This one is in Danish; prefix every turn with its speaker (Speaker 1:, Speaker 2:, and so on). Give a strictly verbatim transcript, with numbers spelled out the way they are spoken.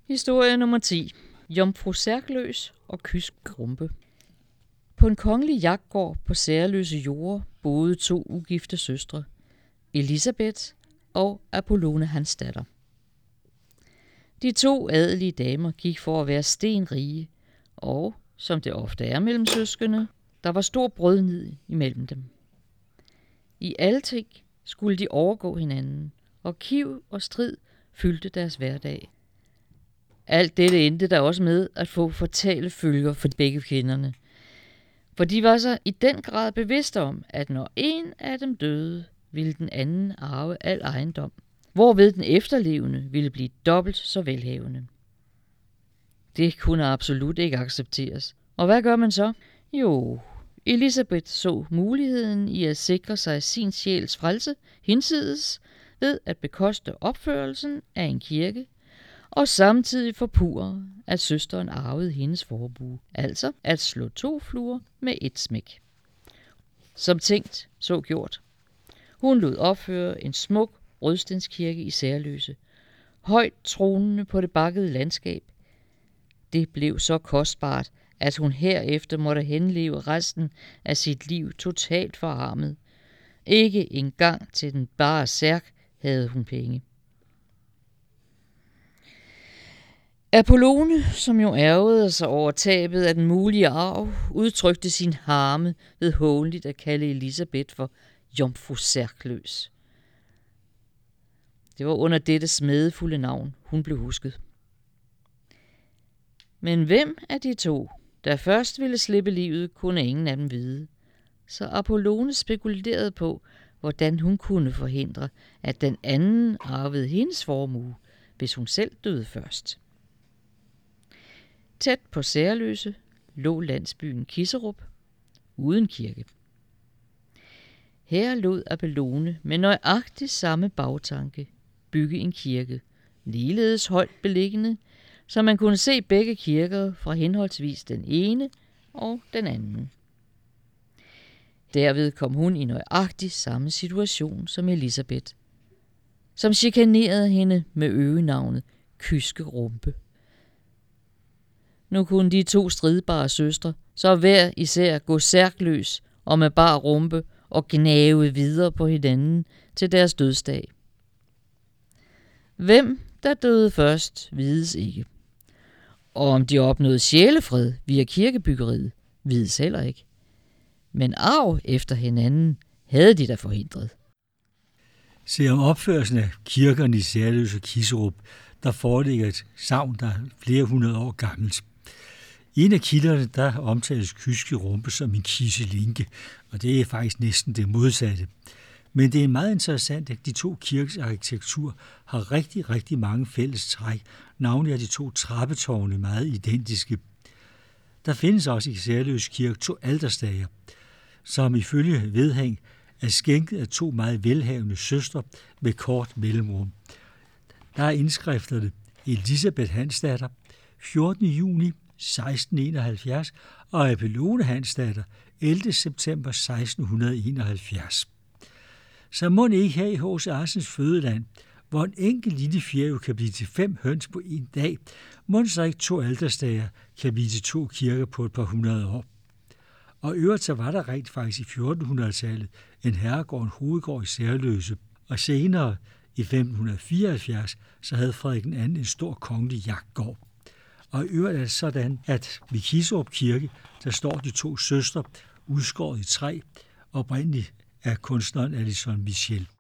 Speaker 1: Historie nummer ti. Jomfru Særgløs og Kysk Grumpe. På en kongelig jagtgård på Særløse jorder boede to ugifte søstre, Elisabeth og Apollone hans datter. De to adelige damer gik for at være stenrige, og, som det ofte er mellem søskende, der var stor brødnid imellem dem. I alting skulle de overgå hinanden, og kiv og strid fyldte deres hverdag. Alt dette endte der også med at få fatale følger for begge kvinderne, for de var så i den grad bevidste om, at når en af dem døde, ville den anden arve al ejendom, hvorved den efterlevende ville blive dobbelt så velhavende. Det kunne absolut ikke accepteres. Og hvad gør man så? Jo, Elisabeth så muligheden i at sikre sig sin sjæls frelse hinsides ved at bekoste opførelsen af en kirke, og samtidig forpure, at søsteren arvede hendes forbue, altså at slå to fluer med et smæk. Som tænkt, så gjort. Hun lod opføre en smuk rødstenskirke i Særløse, højt tronende på det bakkede landskab. Det blev så kostbart, at hun herefter måtte henleve resten af sit liv totalt forarmet. Ikke engang til den bare særk havde hun penge. Apollone, som jo ærgede sig over tabet af den mulige arv, udtrykte sin harme ved hånligt at kalde Elisabeth for Jomfru Særgløs. Det var under dette smedefulde navn, hun blev husket. Men hvem af de to, der først ville slippe livet, kunne ingen af dem vide. Så Apollone spekulerede på, hvordan hun kunne forhindre, at den anden arvede hendes formue, hvis hun selv døde først. Tæt på Særløse lå landsbyen Kisserup, uden kirke. Her lod Apollone med nøjagtig samme bagtanke bygge en kirke, ligeledes højt beliggende, så man kunne se begge kirker fra henholdsvis den ene og den anden. Derved kom hun i nøjagtig samme situation som Elisabeth, som chikanerede hende med øgenavnet Kyske Grumpe. Nu kunne de to stridbare søstre så hver især gå særgløs og med bar rumpe og gnave videre på hinanden til deres dødsdag. Hvem der døde først, vides ikke. Og om de opnåede sjælefred via kirkebyggeriet, vides heller ikke. Men arv efter hinanden havde de da forhindret.
Speaker 2: Se om opførelsen af kirkerne i Særløse og Kisserup, der foreligger et sagn, der er flere hundrede år gammelt. I en af kilderne, der omtales Kyske Grumpe som en kisselinke, og det er faktisk næsten det modsatte. Men det er meget interessant, at de to kirkers arkitektur har rigtig, rigtig mange fælles træk. Navnlig er de to trappetårne meget identiske. Der findes også i Særløse Kirke to alterstager, som ifølge vedhæng er skænket af to meget velhavende søstre med kort mellemrum. Der er indskrifterne Elisabeth Hansdatter, fjortende juni seksten enoghalvfjerds, og Apollone Hansdatter, ellevte september seksten enoghalvfjerds. Så må ikke her i H C. Andersens fødeland, hvor en enkelt lille fjerve kan blive til fem høns på en dag, må så ikke to alterstager kan blive til to kirker på et par hundrede år. Og øvrigt så var der rent faktisk i fjortenhundredetallet en herregård, en hovedgård i Særløse, og senere i femten fireoghalvfjerds så havde Frederik den anden en stor kongelig jagtgård. Og i øvrigt er det sådan, at ved Kisserup Kirke, der står de to søstre udskåret i træ, oprindeligt af kunstneren Alison Michel.